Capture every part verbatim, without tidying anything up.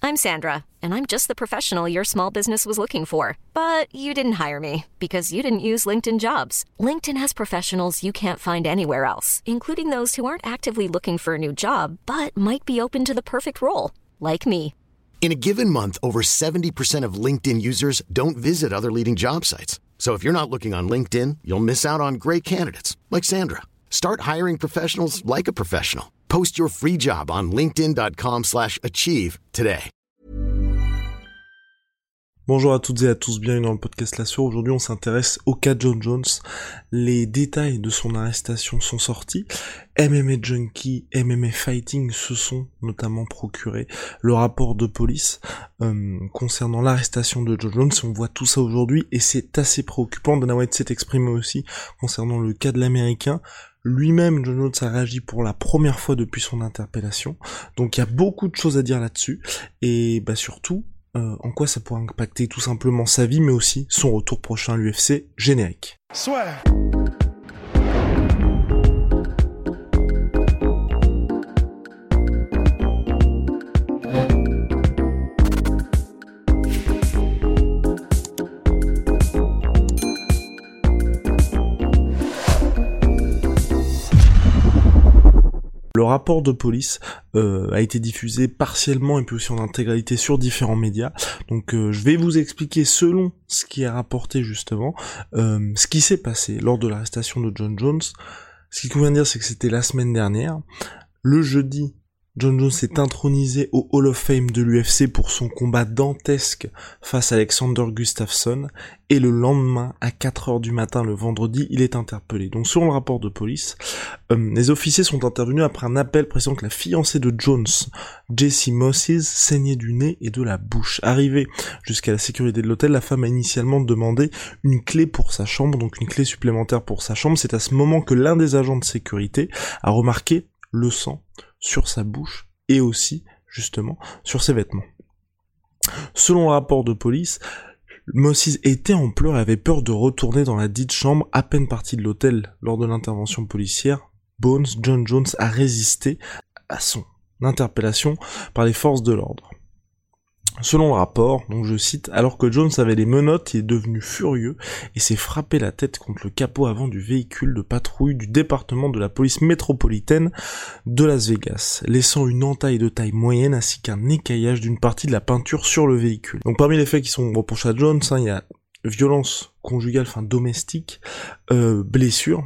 I'm Sandra, and I'm just the professional your small business was looking for. But you didn't hire me because you didn't use LinkedIn Jobs. LinkedIn has professionals you can't find anywhere else, including those who aren't actively looking for a new job, but might be open to the perfect role, like me. In a given month, over seventy percent of LinkedIn users don't visit other leading job sites. So if you're not looking on LinkedIn, you'll miss out on great candidates like Sandra. Start hiring professionals like a professional. Post your free job on linkedin.com slash achieve today. Bonjour à toutes et à tous, bienvenue dans le podcast La Sueur. Aujourd'hui, on s'intéresse au cas Jon Jones. Les détails de son arrestation sont sortis. M M A Junkie, M M A Fighting se sont notamment procurés le rapport de police euh, concernant l'arrestation de Jon Jones. On voit tout ça aujourd'hui et c'est assez préoccupant. Dana White s'est exprimé aussi concernant le cas de l'Américain. Lui-même, Jon Jones a réagi pour la première fois depuis son interpellation. Donc il y a beaucoup de choses à dire là-dessus. Et bah surtout, Euh, en quoi ça pourrait impacter tout simplement sa vie, mais aussi son retour prochain à l'U F C. Générique. Soit. Le rapport de police euh, a été diffusé partiellement et puis aussi en intégralité sur différents médias. Donc euh, je vais vous expliquer selon ce qui est rapporté justement, euh, ce qui s'est passé lors de l'arrestation de Jon Jones. Ce qu'il convient de dire, c'est que c'était la semaine dernière. Le jeudi, Jon Jones est intronisé au Hall of Fame de l'U F C pour son combat dantesque face à Alexander Gustafsson, et le lendemain, à quatre heures du matin, le vendredi, il est interpellé. Donc selon le rapport de police, euh, les officiers sont intervenus après un appel précisant que la fiancée de Jones, Jessie Moses, saignait du nez et de la bouche. Arrivée jusqu'à la sécurité de l'hôtel, la femme a initialement demandé une clé pour sa chambre, donc une clé supplémentaire pour sa chambre. C'est à ce moment que l'un des agents de sécurité a remarqué le sang sur sa bouche et aussi, justement, sur ses vêtements. Selon le rapport de police, Moses était en pleurs et avait peur de retourner dans la dite chambre. À peine parti de l'hôtel lors de l'intervention policière, Bones, Jon Jones a résisté à son interpellation par les forces de l'ordre. Selon le rapport, donc je cite, alors que Jones avait les menottes, il est devenu furieux et s'est frappé la tête contre le capot avant du véhicule de patrouille du département de la police métropolitaine de Las Vegas, laissant une entaille de taille moyenne ainsi qu'un écaillage d'une partie de la peinture sur le véhicule. Donc parmi les faits qui sont reprochés à Jones, hein, il y a violence conjugale, enfin domestique, euh, blessure,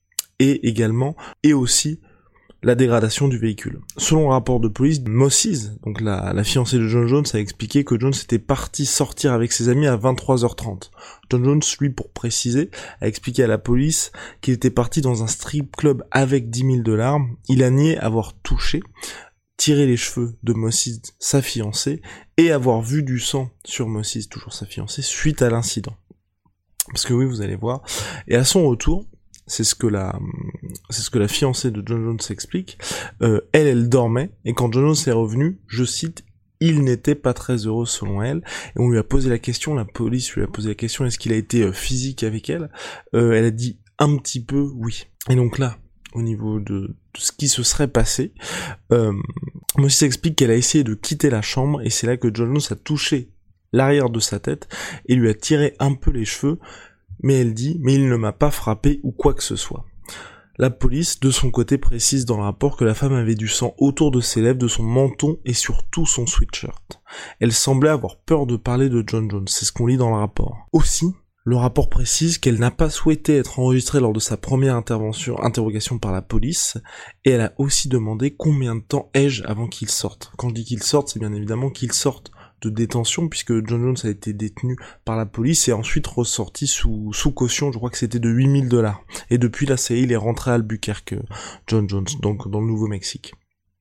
et également, et aussi la dégradation du véhicule. Selon le rapport de police, Moses, donc la, la fiancée de Jon Jones, a expliqué que Jones était parti sortir avec ses amis à vingt-trois heures trente. Jon Jones, lui, pour préciser, a expliqué à la police qu'il était parti dans un strip club avec dix mille dollars. Il a nié avoir touché, tiré les cheveux de Moses, sa fiancée, et avoir vu du sang sur Moses, toujours sa fiancée, suite à l'incident. Parce que oui, vous allez voir. Et à son retour, c'est ce que la c'est ce que la fiancée de Jon Jones explique, euh, elle, elle dormait, et quand Jon Jones est revenu, je cite, il n'était pas très heureux selon elle, et on lui a posé la question, la police lui a posé la question, est-ce qu'il a été euh, physique avec elle, euh, elle a dit un petit peu oui. Et donc là, au niveau de, de ce qui se serait passé, euh, Moses explique qu'elle a essayé de quitter la chambre, et c'est là que Jon Jones a touché l'arrière de sa tête, et lui a tiré un peu les cheveux, mais elle dit, mais il ne m'a pas frappé ou quoi que ce soit. La police, de son côté, précise dans le rapport que la femme avait du sang autour de ses lèvres, de son menton et sur tout son sweatshirt. Elle semblait avoir peur de parler de Jon Jones, c'est ce qu'on lit dans le rapport. Aussi, le rapport précise qu'elle n'a pas souhaité être enregistrée lors de sa première intervention, interrogation par la police, et elle a aussi demandé combien de temps ai-je avant qu'il sorte. Quand je dis qu'il sorte, c'est bien évidemment qu'il sorte de détention, puisque Jon Jones a été détenu par la police et ensuite ressorti sous, sous caution, je crois que c'était de huit mille dollars. Et depuis là, c'est il est rentré à Albuquerque, Jon Jones, donc dans le Nouveau-Mexique.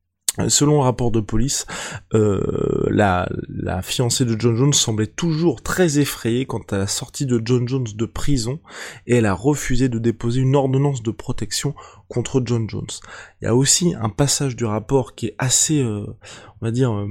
Selon le rapport de police, euh, la, la fiancée de Jon Jones semblait toujours très effrayée quant à la sortie de Jon Jones de prison, et elle a refusé de déposer une ordonnance de protection contre Jon Jones. Il y a aussi un passage du rapport qui est assez, euh, on va dire, euh,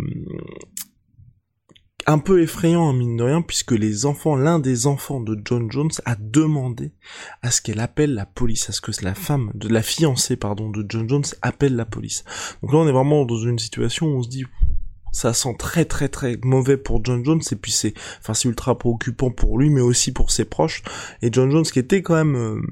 un peu effrayant, hein, mine de rien, puisque les enfants, l'un des enfants de Jon Jones a demandé à ce qu'elle appelle la police, à ce que la femme, de la fiancée, pardon, de Jon Jones appelle la police. Donc là, on est vraiment dans une situation où on se dit, Ça sent très très très mauvais pour Jon Jones, et puis c'est, enfin c'est ultra préoccupant pour lui, mais aussi pour ses proches. Et Jon Jones qui était quand même euh,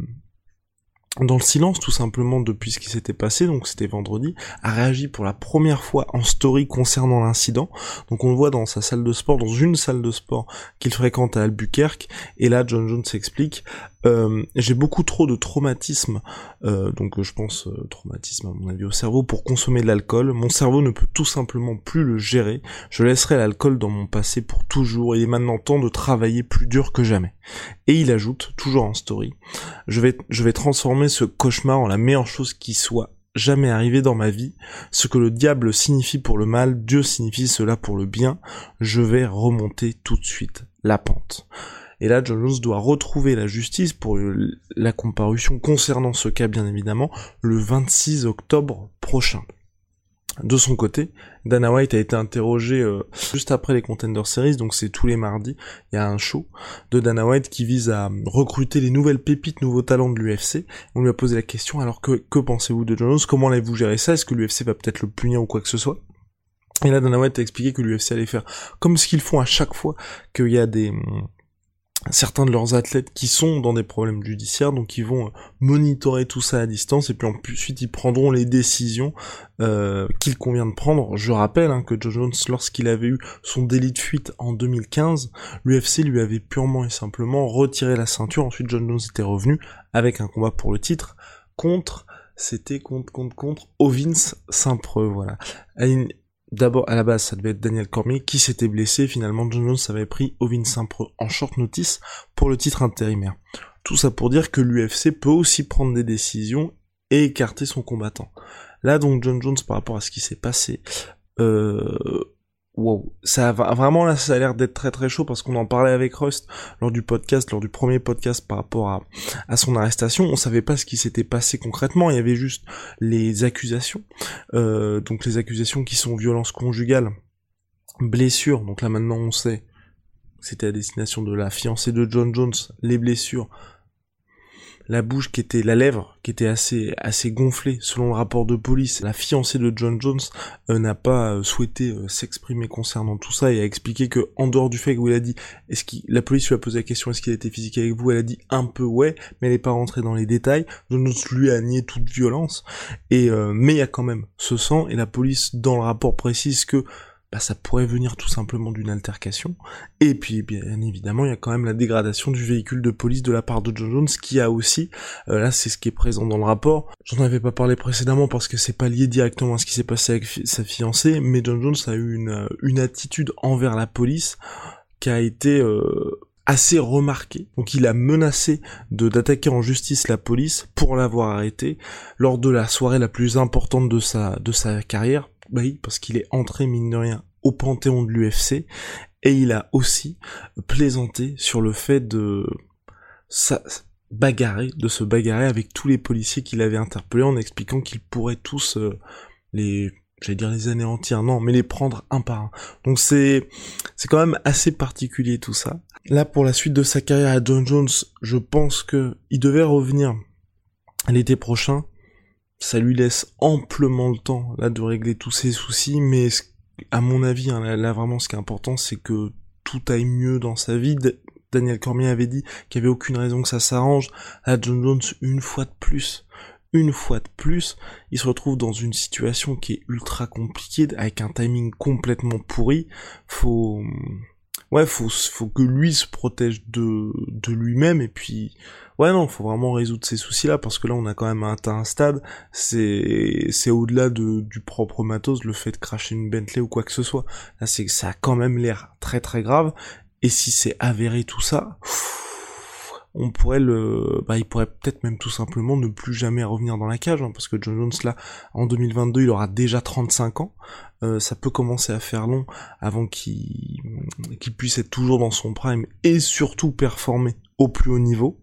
dans le silence tout simplement depuis ce qui s'était passé, donc c'était vendredi, a réagi pour la première fois en story concernant l'incident. Donc on le voit dans sa salle de sport, dans une salle de sport qu'il fréquente à Albuquerque, et là Jon Jones s'explique. Euh, j'ai beaucoup trop de traumatisme, euh, donc je pense euh, traumatisme à mon avis au cerveau, pour consommer de l'alcool. Mon cerveau ne peut tout simplement plus le gérer. Je laisserai l'alcool dans mon passé pour toujours. Il est maintenant temps de travailler plus dur que jamais. Et il ajoute, toujours en story, je vais, je vais transformer ce cauchemar en la meilleure chose qui soit jamais arrivée dans ma vie. Ce que le diable signifie pour le mal, Dieu signifie cela pour le bien. Je vais remonter tout de suite la pente. Et là, Jon Jones doit retrouver la justice pour la comparution concernant ce cas, bien évidemment, le vingt-six octobre prochain. De son côté, Dana White a été interrogé euh, juste après les Contender Series, donc c'est tous les mardis, il y a un show de Dana White qui vise à recruter les nouvelles pépites, nouveaux talents de l'U F C. On lui a posé la question, alors que, que pensez-vous de Jon Jones? Comment allez-vous gérer ça? Est-ce que l'U F C va peut-être le punir ou quoi que ce soit? Et là, Dana White a expliqué que l'U F C allait faire comme ce qu'ils font à chaque fois qu'il y a des... certains de leurs athlètes qui sont dans des problèmes judiciaires, donc ils vont monitorer tout ça à distance, et puis ensuite ils prendront les décisions euh, qu'il convient de prendre. Je rappelle hein, que Jon Jones, lorsqu'il avait eu son délit de fuite en deux mille quinze, l'U F C lui avait purement et simplement retiré la ceinture. Ensuite Jon Jones était revenu avec un combat pour le titre contre, c'était contre, contre, contre Ovins Saint-Preux, voilà. D'abord, à la base, ça devait être Daniel Cormier qui s'était blessé. Finalement, Jon Jones avait pris Ovins Saint-Preux en short notice pour le titre intérimaire. Tout ça pour dire que l'U F C peut aussi prendre des décisions et écarter son combattant. Là, donc, Jon Jones, par rapport à ce qui s'est passé, euh... wow, ça va vraiment là, ça a l'air d'être très très chaud parce qu'on en parlait avec Rust lors du podcast, lors du premier podcast par rapport à, à son arrestation. On savait pas ce qui s'était passé concrètement, il y avait juste les accusations, euh, donc les accusations qui sont violence conjugale, blessure. Donc là maintenant on sait, c'était à destination de la fiancée de Jon Jones, les blessures. La bouche qui était, la lèvre qui était assez assez gonflée selon le rapport de police. La fiancée de Jon Jones euh, n'a pas euh, souhaité euh, s'exprimer concernant tout ça et a expliqué que en dehors du fait où il a dit, est-ce qu'il, la police lui a posé la question est-ce qu'il était physique avec vous, elle a dit un peu ouais, mais elle n'est pas rentrée dans les détails. Jon Jones lui a nié toute violence et euh, mais il y a quand même ce sang et la police dans le rapport précise que bah ça pourrait venir tout simplement d'une altercation. Et puis bien évidemment il y a quand même la dégradation du véhicule de police de la part de Jon Jones qui a aussi, euh, là c'est ce qui est présent dans le rapport, j'en avais pas parlé précédemment parce que c'est pas lié directement à ce qui s'est passé avec fi- sa fiancée, mais Jon Jones a eu une, une attitude envers la police qui a été euh, assez remarquée. Donc il a menacé de d'attaquer en justice la police pour l'avoir arrêté lors de la soirée la plus importante de sa de sa carrière. Bah oui, parce qu'il est entré, mine de rien, au panthéon de l'U F C, et il a aussi plaisanté sur le fait de sa... bagarrer, de se bagarrer avec tous les policiers qu'il avait interpellés, en expliquant qu'ils pourraient tous euh, les... j'allais dire les anéantir, non, mais les prendre un par un. Donc c'est c'est quand même assez particulier tout ça. Là, pour la suite de sa carrière à Jon Jones, je pense que il devait revenir l'été prochain. Ça lui laisse amplement le temps là de régler tous ses soucis, mais à mon avis, hein, là, là vraiment ce qui est important, c'est que tout aille mieux dans sa vie. D- Daniel Cormier avait dit qu'il n'y avait aucune raison que ça s'arrange. Là, Jon Jones, une fois de plus, une fois de plus, il se retrouve dans une situation qui est ultra compliquée, avec un timing complètement pourri. Faut... Ouais, faut, faut que lui se protège de, de lui-même, et puis, ouais, non, faut vraiment résoudre ces soucis-là, parce que là, on a quand même atteint un stade, c'est, c'est au-delà de, du propre matos, le fait de cracher une Bentley ou quoi que ce soit. Là, c'est, ça a quand même l'air très très grave, et si c'est avéré tout ça, on pourrait le, bah, il pourrait peut-être même tout simplement ne plus jamais revenir dans la cage, hein, parce que Jon Jones, là, en deux mille vingt-deux, il aura déjà trente-cinq ans, euh, ça peut commencer à faire long avant qu'il, qu'il puisse être toujours dans son prime, et surtout performer au plus haut niveau.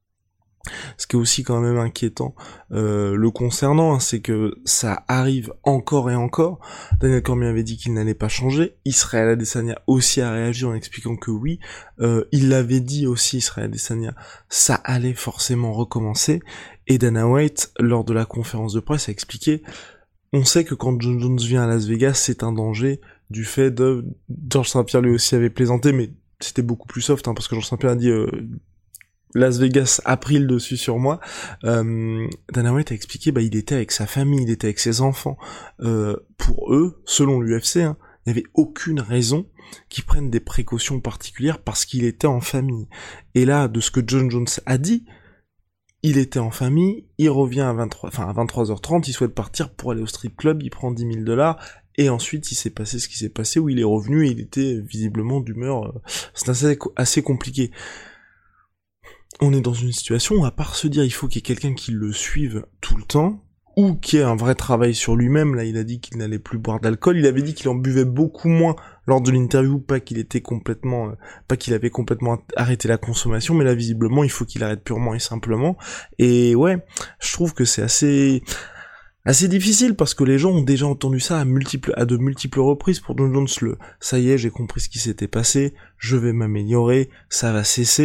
Ce qui est aussi quand même inquiétant euh, le concernant, hein, c'est que ça arrive encore et encore. Daniel Cormier avait dit qu'il n'allait pas changer. Israel Adesanya aussi a réagi en expliquant que oui, euh, il l'avait dit aussi, Israel Adesanya, ça allait forcément recommencer. Et Dana White, lors de la conférence de presse, a expliqué, on sait que quand Jon Jones vient à Las Vegas, c'est un danger, du fait de... Georges Saint-Pierre lui aussi avait plaisanté, mais c'était beaucoup plus soft, hein, parce que Georges Saint-Pierre a dit euh, Las Vegas a pris le dessus sur moi. Euh, Dana White a expliqué, bah il était avec sa famille, il était avec ses enfants. Euh, pour eux, selon l'U F C, hein, il n'y avait aucune raison qu'ils prennent des précautions particulières parce qu'il était en famille. Et là, de ce que Jon Jones a dit, il était en famille, il revient à vingt-trois, enfin à vingt-trois heures trente, il souhaite partir pour aller au strip club, il prend dix mille dollars, et ensuite il s'est passé ce qui s'est passé, où il est revenu et il était visiblement d'humeur, euh, c'est assez, assez compliqué. On est dans une situation où, à part se dire il faut qu'il y ait quelqu'un qui le suive tout le temps, ou qu'il y ait un vrai travail sur lui-même, là il a dit qu'il n'allait plus boire d'alcool, il avait dit qu'il en buvait beaucoup moins lors de l'interview, pas qu'il était complètement, euh, pas qu'il avait complètement arrêté la consommation, mais là visiblement il faut qu'il arrête purement et simplement, et ouais, je trouve que c'est assez... assez difficile, parce que les gens ont déjà entendu ça à multiples, à de multiples reprises pour Jon Jones, le « ça y est, j'ai compris ce qui s'était passé, je vais m'améliorer, ça va cesser ».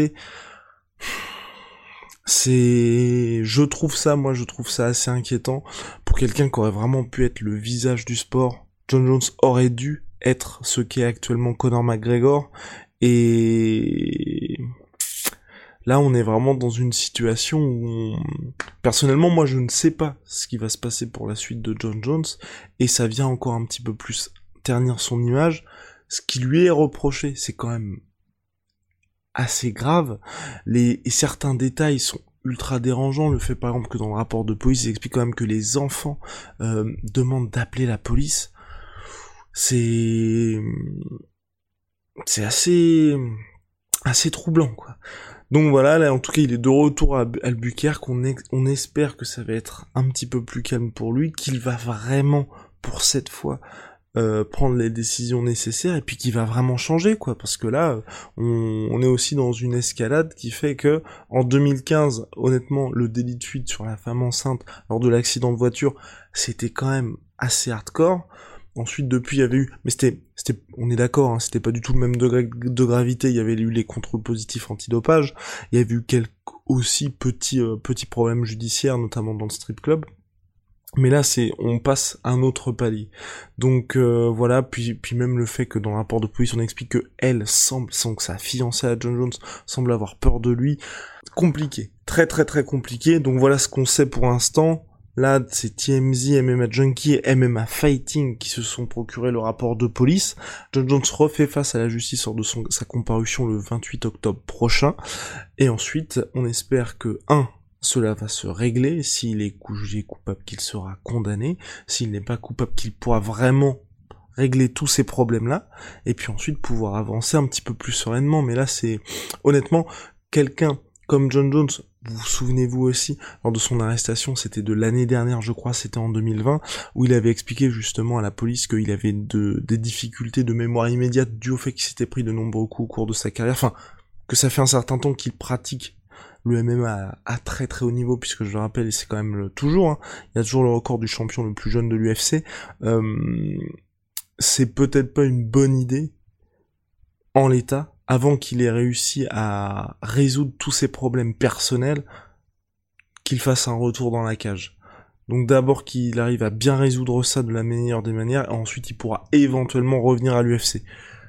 C'est, je trouve ça, moi je trouve ça assez inquiétant pour quelqu'un qui aurait vraiment pu être le visage du sport. Jon Jones aurait dû être ce qu'est actuellement Conor McGregor, et là on est vraiment dans une situation où on... personnellement moi je ne sais pas ce qui va se passer pour la suite de Jon Jones, et ça vient encore un petit peu plus ternir son image. Ce qui lui est reproché, c'est quand même assez grave, les et certains détails sont ultra dérangeants. Le fait par exemple que dans le rapport de police, il explique quand même que les enfants euh, demandent d'appeler la police. C'est c'est assez assez troublant, quoi. Donc voilà, là en tout cas il est de retour à Albuquerque, on, est, on espère que ça va être un petit peu plus calme pour lui, qu'il va vraiment pour cette fois Euh, prendre les décisions nécessaires, et puis qui va vraiment changer, quoi, parce que là on, on est aussi dans une escalade qui fait que en deux mille quinze, honnêtement, le délit de fuite sur la femme enceinte lors de l'accident de voiture, c'était quand même assez hardcore. Ensuite, depuis, il y avait eu, mais c'était, c'était, on est d'accord, hein, c'était pas du tout le même degré de gravité. Il y avait eu les contrôles positifs antidopage, il y avait eu quelques aussi petits euh, petits problèmes judiciaires, notamment dans le strip club. Mais là, c'est, on passe un autre palier. Donc euh, voilà, puis puis même le fait que dans le rapport de police, on explique que elle semble, sans que sa fiancée à Jon Jones semble avoir peur de lui. Compliqué, très très très compliqué. Donc voilà ce qu'on sait pour l'instant. Là, c'est T M Z, M M A Junkie et M M A Fighting qui se sont procurés le rapport de police. Jon Jones refait face à la justice lors de son, sa comparution le vingt-huit octobre prochain. Et ensuite, on espère que un cela va se régler. S'il est jugé coupable, qu'il sera condamné. S'il n'est pas coupable, qu'il pourra vraiment régler tous ces problèmes-là. Et puis ensuite pouvoir avancer un petit peu plus sereinement. Mais là, c'est honnêtement quelqu'un comme Jon Jones. Vous vous souvenez-vous aussi, lors de son arrestation, c'était de l'année dernière, je crois, c'était en deux mille vingt, où il avait expliqué justement à la police qu'il avait de, des difficultés de mémoire immédiate dues au fait qu'il s'était pris de nombreux coups au cours de sa carrière. Enfin, que ça fait un certain temps qu'il pratique le M M A à, à très très haut niveau, puisque je le rappelle, et c'est quand même le, toujours, hein, il y a toujours le record du champion le plus jeune de l'U F C. Euh, c'est peut-être pas une bonne idée, en l'état, avant qu'il ait réussi à résoudre tous ses problèmes personnels, qu'il fasse un retour dans la cage. Donc d'abord qu'il arrive à bien résoudre ça de la meilleure des manières, et ensuite il pourra éventuellement revenir à l'U F C.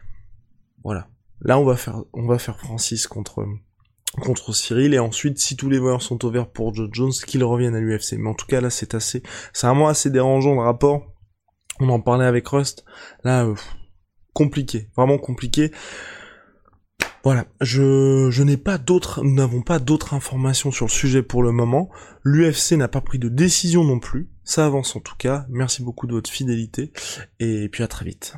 Voilà. Là on va faire, on va faire Francis contre... contre Cyril, et ensuite, si tous les voyants sont ouverts pour Jon Jones, qu'il revienne à l'U F C. Mais en tout cas, là, c'est assez, c'est vraiment assez dérangeant le rapport. On en parlait avec Rust. Là, euh, compliqué, vraiment compliqué. Voilà, je, je n'ai pas d'autres, nous n'avons pas d'autres informations sur le sujet pour le moment. L'U F C n'a pas pris de décision non plus. Ça avance en tout cas. Merci beaucoup de votre fidélité, et puis à très vite.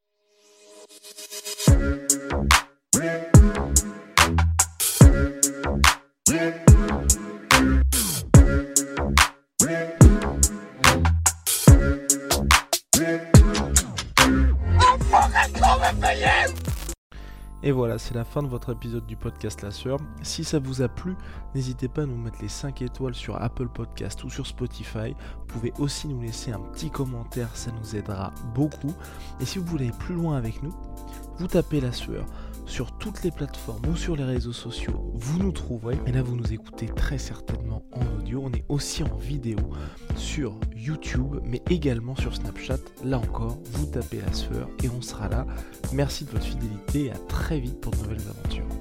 Et voilà, c'est la fin de votre épisode du podcast La Sueur. Si ça vous a plu, n'hésitez pas à nous mettre les cinq étoiles sur Apple Podcast ou sur Spotify. Vous pouvez aussi nous laisser un petit commentaire, ça nous aidera beaucoup. Et si vous voulez aller plus loin avec nous, vous tapez La Sueur sur toutes les plateformes ou sur les réseaux sociaux, vous nous trouverez. Et là, vous nous écoutez très certainement en audio. On est aussi en vidéo sur YouTube, mais également sur Snapchat. Là encore, vous tapez la sueur et on sera là. Merci de votre fidélité et à très vite pour de nouvelles aventures.